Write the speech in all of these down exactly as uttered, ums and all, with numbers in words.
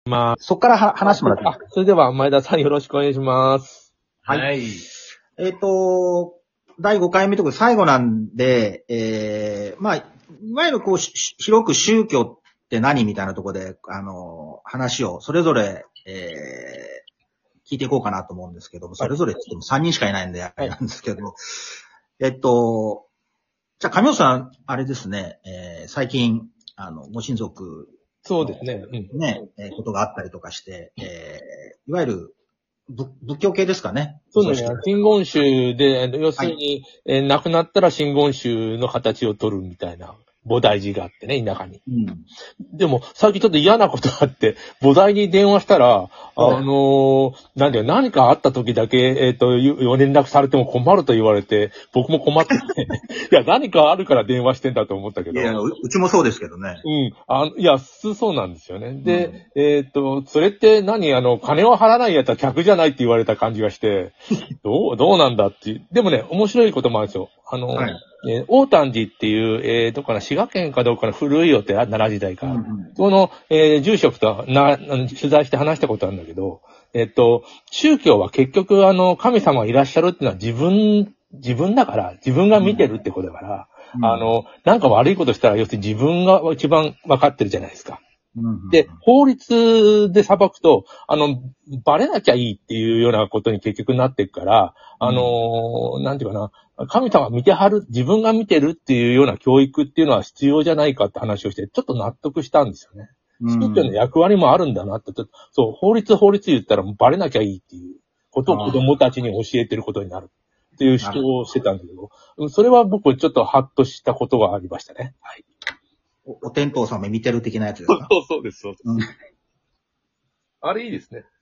まあ、 そこからは話してもらっていいあ、それでは前田さんよろしくお願いします。 はい。 はい。 えっ、と、だいごかいめというか最後なんで、えー、まあ、いわゆるこう、し広く宗教って何みたいなところで、あの、話をそれぞれ、えー、聞いていこうかなと思うんですけども、それぞれって言ってもさんにんしかいないんで、あれなんですけど、えっと、じゃあ、神尾さん、あれですね、えー、最近、あの、ご親族そうですね。うん。 ね、えーことがあったりとかして、えー、いわゆる仏仏教系ですかね。 そうですね。真言宗で、要するはい。 に、えー亡くなったら真言宗の形を取るみたいな菩提寺があってね、田舎に。 うん。 でも、最近ちょっと嫌なことがあって、菩提に電話したら、あはいのー、なんだよ、何かあった時だけ、えっ、と、ゆ連絡されても困ると言われて、僕も困ってて、いや、何かあるから電話してんだと思ったけど。 いや、ううちもそうですけどね。 うん。あの、いや、普通そうなんですよね。で、えっ、と、それって何あの、金を払わないやつは客じゃないって言われた感じがして、どう、どうなんだっていう。でもね、面白いこともあるんですよ。あの、 はい。 えー大丹寺っていう、えー、どっかな、滋賀県かどうかの古いお寺、奈良時代から。 うんうんその、えー住職とな、あの取材して話したことあるんだけど、えっと、宗教は結局、あの、神様がいらっしゃるっていうのは自分、自分だから、自分が見てるってことだから、 うんあの、なんか悪いことしたら、要するに自分が一番分かってるじゃないですか。 うんうんで、法律で裁くと、あの、バレなきゃいいっていうようなことに結局なっていくから、あの、なんていうかな、神様見てはる、自分が見てるっていうような教育っていうのは必要じゃないかって話をして、ちょっと納得したんですよね。 うん宗教の役割もあるんだなって、そう、法律法律言ったらバレなきゃいいっていうことを子供たちに教えてることになるっていう主張をしてたんだけど、それは僕ちょっとハッとしたことがありましたね。はい。 お、お天道様見てる的なやつですか？ そうそうです、そうです。 うん。 あれいいですね。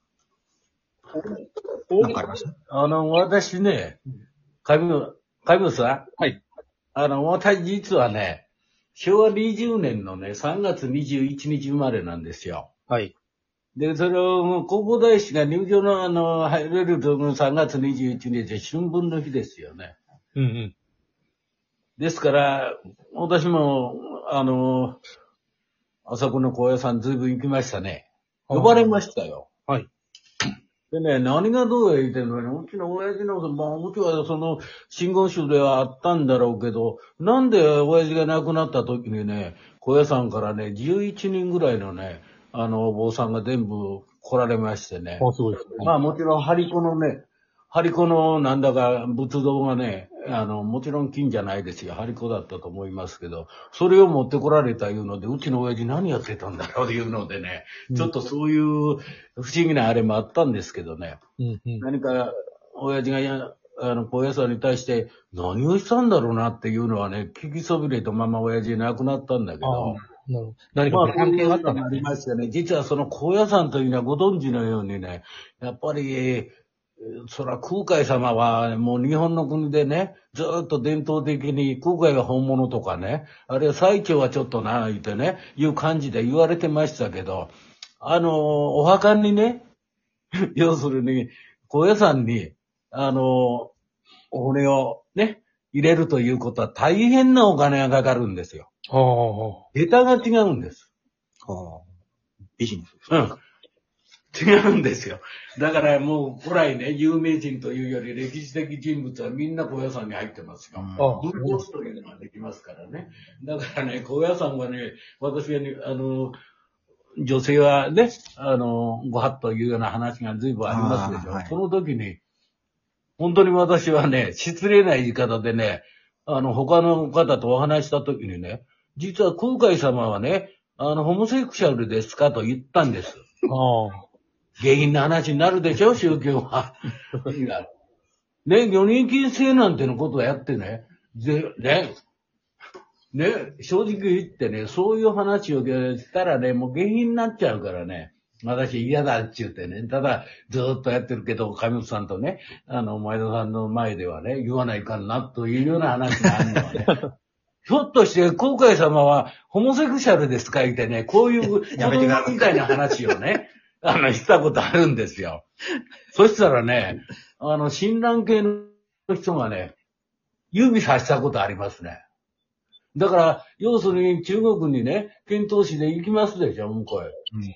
なんかありました？ あの、私ね、かぶ、かぶさんはい。 あの、私実はね、しょうわにじゅうねんのね、さんがつにじゅういちにち生まれなんですよ。 はい。 で、それを、もう高校大師が入場の、あの、入れるとさんがつにじゅういちにちは春分の日ですよね。 うんうん。 ですから、私も、あの、あそこの高野山ずいぶん行きましたね。呼ばれましたよ。 はい。 でね、何がどうや言ってんのね、うちの親父の、まあ、うちはその、真言宗ではあったんだろうけど、なんで親父が亡くなった時にね、高野山からね、じゅういちにんぐらいのね、あの、お坊さんが全部来られましてね。 あ、すごいですね。 まあもちろん、張り子のね、張り子のなんだか仏像がね、あの、もちろん金じゃないですよ。張り子だったと思いますけど、それを持ってこられたいうので、うちの親父何やってたんだろうというのでね、ちょっとそういう不思議なあれもあったんですけどね。 うんうん。 何か、親父がや、あの、高野山に対して何をしたんだろうなっていうのはね、聞きそびれたまま親父亡くなったんだけど、 なるほど。何かまあ、 関係があったそういうのがありんですね。 ましたね。実はその高野山というのはご存知のようにね、やっぱり、えーそら空海様はもう日本の国でね、ずーっと伝統的に空海が本物とかね、あるいは最澄はちょっとな、言ってね、いう感じで言われてましたけど、あのーお墓にね、要するに、高野山に、あのーお骨をね、入れるということは大変なお金がかかるんですよ。 はあは桁が違うんです。 はあ、ビジネスですうか？ ん。違うんですよ。だからもう古来ね、有名人というより歴史的人物はみんな高野山に入ってますよ。 うんあ。 分骨というのができますからね。だからね、高野山はね、私がね、あの、女性はね、あの、ご法というような話が随分ありますでしょ。 あーはいその時に、本当に私はね、失礼な言い方でね、あの、他の方とお話した時にね、実は空海様はね、あの、ホモセクシャルですかと言ったんです。 あ。 下品な話になるでしょ、宗教は。いやね、女人禁制なんてのことをやってね、で、ね、ね、正直言ってね、そういう話をしたらね、もう下品になっちゃうからね、私嫌だって言ってね、ただずーっとやってるけど、上本さんとね、あの、前田さんの前ではね、言わないかんなというような話があるのはね、ひょっとして、空海様はホモセクシャルですか言ってね、こういう子やめてください供みたいな話をね、あの、したことあるんですよ。そしたらね、あの、親鸞系の人がね、指さしたことありますね。だから、要するに中国にね、遣唐使で行きますでしょ、向こうへ。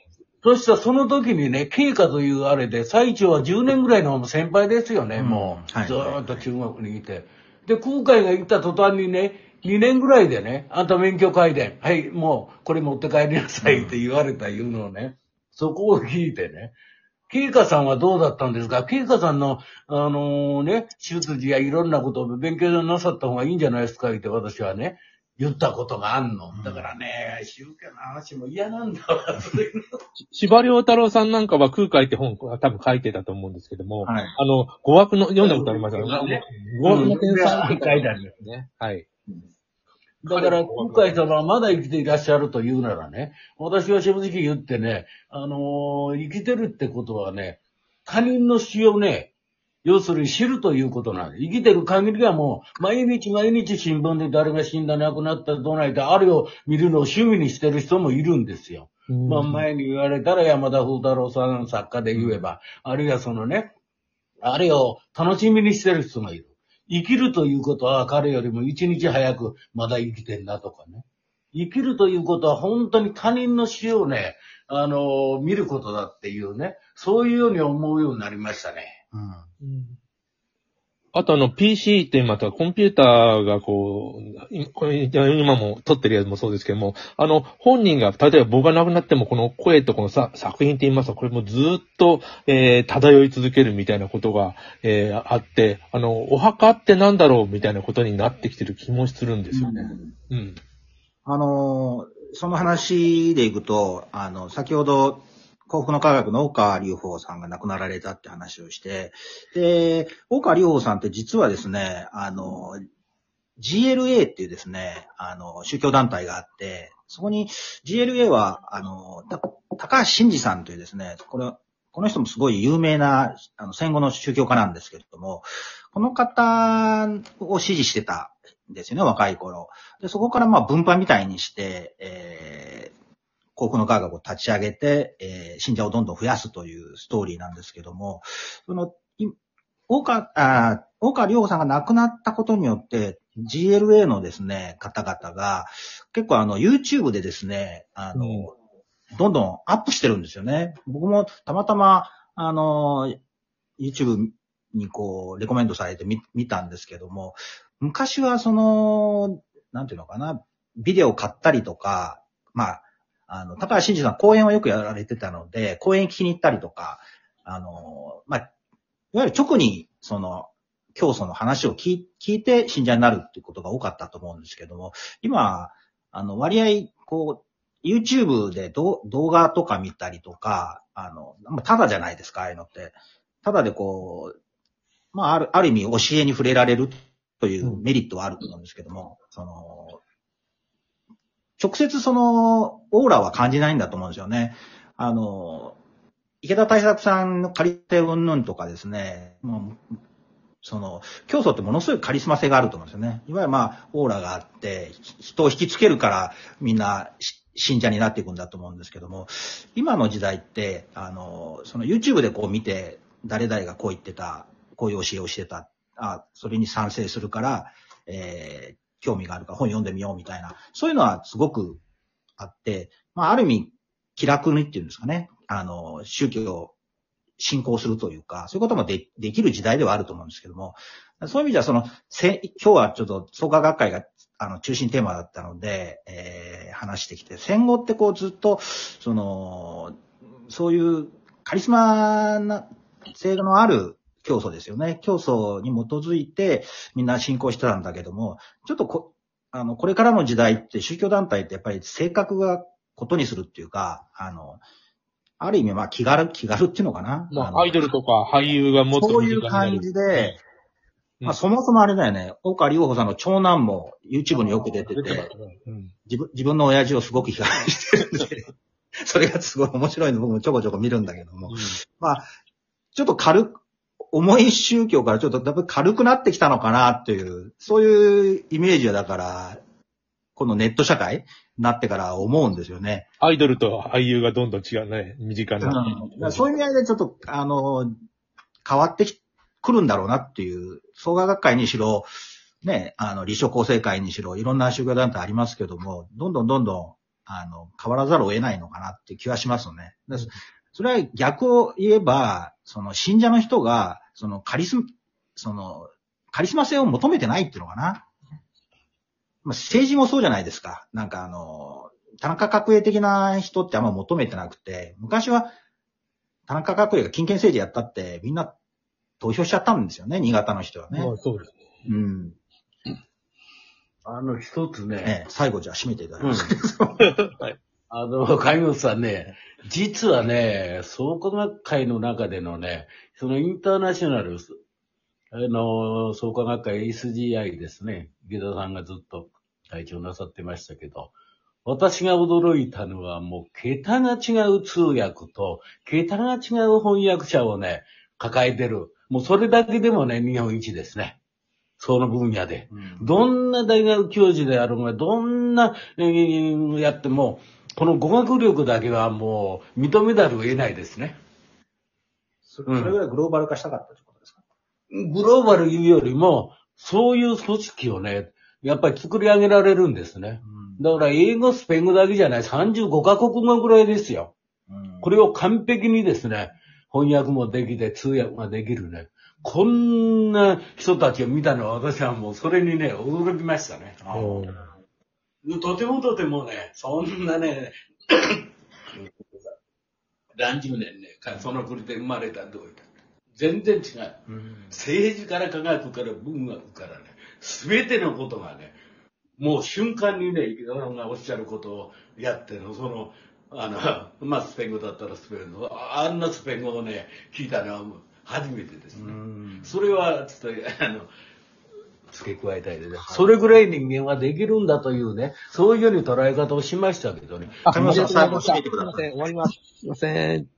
そしたらその時にね、経過というあれで、最長はじゅうねんぐらいの先輩ですよね、うん、もう。はい、ずーっと中国にいて。で、空海が行った途端にね、にねんぐらいでね、あんた免許改伝、はい、もう、これ持って帰りなさいって言われたいうのをね、うん、そこを聞いてね、経過さんはどうだったんですか？経過さんの、あのー、ね、手術やいろんなことを勉強なさった方がいいんじゃないですかって私はね、言ったことがあんの。だからね、宗教の話も嫌なんだわ、それの。 司馬遼太郎さんなんかは空海って本多分書いてたと思うんですけども、はい、あの、語学の、読んだことありますよね。語学の天才って書いてあるんですね。はい。 だから、空海様はまだ生きていらっしゃるというならね、私は正直言ってね、あのー、生きてるってことはね、他人の死をね、要するに知るということなんです。生きてる限りはもう、毎日毎日新聞で誰が死んだ亡くなったどないで、あれを見るのを趣味にしてる人もいるんですよ。まあ前に言われたら山田風太郎さん作家で言えば、あるいはそのね、あれを楽しみにしてる人もいる。生きるということは彼よりも一日早くまだ生きてんだとかね。生きるということは本当に他人の死をね、あの、見ることだっていうね、そういうように思うようになりましたね。うん、 あとあの ピーシー って今とコンピューターがこう、これ今も撮ってるやつもそうですけども、あの本人が例えば僕が亡くなってもこの声とこのさ作品って言いますとこれもずっと、えー、漂い続けるみたいなことが、えー、あって、あのお墓ってなんだろうみたいなことになってきてる気もするんですよね。うん。うん、 あのその話でいくと、あの先ほど幸福の科学の大川隆法さんが亡くなられたって話をして、で、大川隆法さんって実はですね、あの、ジーエルエー っていうですね、あの、宗教団体があって、そこに ジーエルエー は、あの、高橋真嗣さんというですね、これ、この人もすごい有名な、あの、戦後の宗教家なんですけれども、この方を支持してたんですよね、若い頃。で、そこからまあ分派みたいにして、えー幸福の科学を立ち上げて、えー、信者をどんどん増やすというストーリーなんですけども、その、大川、あ大川隆法さんが亡くなったことによって、ジーエルエー のですね、方々が、結構あの、YouTube でですね、あの、うん、どんどんアップしてるんですよね。僕もたまたま、あの、YouTube にこう、レコメンドされてみ、見たんですけども、昔はその、なんていうのかな、ビデオ買ったりとか、まあ、あの、高橋真嗣さん講演をよくやられてたので、講演聞きに行ったりとか、あの、まあ、いわゆる直に、その、教祖の話を聞い、聞いて信者になるっていうことが多かったと思うんですけども、今、あの、割合、こう、YouTube で動画とか見たりとか、あの、ただじゃないですか、ああいうのって。ただでこう、まあ、ある、ある意味教えに触れられるというメリットはあると思うんですけども、その、直接その、オーラは感じないんだと思うんですよね。あの、池田大作さんのカリスマ云々とかですね、もうその、教祖ってものすごいカリスマ性があると思うんですよね。いわゆるまあ、オーラがあって、人を引きつけるからみんな信者になっていくんだと思うんですけども、今の時代って、あの、その YouTube でこう見て、誰々がこう言ってた、こういう教えをしてた、あ、それに賛成するから、えー興味があるから本読んでみようみたいな、そういうのはすごくあって、まあ、ある意味、気楽にっていうんですかね、あの、宗教を信仰するというか、そういうこともで、できる時代ではあると思うんですけども、そういう意味ではその、せ今日はちょっと創価学会が、あの、中心テーマだったので、えー、話してきて、戦後ってこうずっと、その、そういうカリスマな性のある教祖ですよね。教祖に基づいてみんな信仰してたんだけども、ちょっとこ、あの、これからの時代って宗教団体ってやっぱり性格がことにするっていうか、あの、ある意味まあ気軽、気軽っていうのかな。 まあ、アイドルとか俳優がもっとそういう感じで、うん、まあそもそもあれだよね、大川隆法さんの長男も YouTube によく出てて、うん、自分、自分の親父をすごく批判してるんで、それがすごい面白いの僕もちょこちょこ見るんだけども、うん、まあ、ちょっと軽く、重い宗教からちょっとだいぶ軽くなってきたのかなっていう、そういうイメージはだから、このネット社会になってから思うんですよね。 アイドルと俳優がどんどん違うね、身近な。 うん、そういう意味でちょっと、あの、変わってくるんだろうなっていう、創価学会にしろ、ね、あの、立正厚生会にしろ、いろんな宗教団体ありますけども、どんどんどんどん、 あの、変わらざるを得ないのかなっていう気はしますよね。だそれは逆を言えば、その信者の人が、そのカリス、その、カリスマ性を求めてないっていうのかな。まあ、政治もそうじゃないですか。なんかあの、田中角栄的な人ってあんま求めてなくて、昔は田中角栄が金権政治やったってみんな投票しちゃったんですよね、新潟の人はね。 まあ、そうですね。 うん。 あの、一つね。 ええ、最後じゃあ締めていただきます。 うん、はい。あの、上本さんね、実はね、創価学会の中でのね、そのインターナショナル、あの、創価学会 エスジーアイ ですね。池田さんがずっと会長なさってましたけど、私が驚いたのはもう、桁が違う通訳と、桁が違う翻訳者をね、抱えてる。もうそれだけでもね、日本一ですね。その分野で。うん、どんな大学教授であるが、どんな、えー、やっても、この語学力だけはもう認めざるを得ないですね。 それぐらいグローバル化したかったということですか？ グローバルいうよりも、そういう組織をね、やっぱり作り上げられるんですね。うん、だから英語、スペイン語だけじゃない、さんじゅうごカ国語ぐらいですよ。うん、これを完璧にですね、翻訳もできて通訳ができるね。こんな人たちを見たのは私はもうそれにね、驚きましたね。とてもとてもね、そんなね、何十年ね、その国で生まれたどういった全然違う、うん。政治から科学から文学からね、すべてのことがね、もう瞬間にね、池田さんがおっしゃることをやっての、その、あの、まあ、スペイン語だったらスペイン語、あんなスペイン語をね、聞いたのは初めてですね。それは、ちょっと、あの、付け加えたいですね、はい。それぐらい人間はできるんだというね、そういうように捉え方をしましたけどね。 あ、すみません、最後締めてください。すみません、終わります。すみません。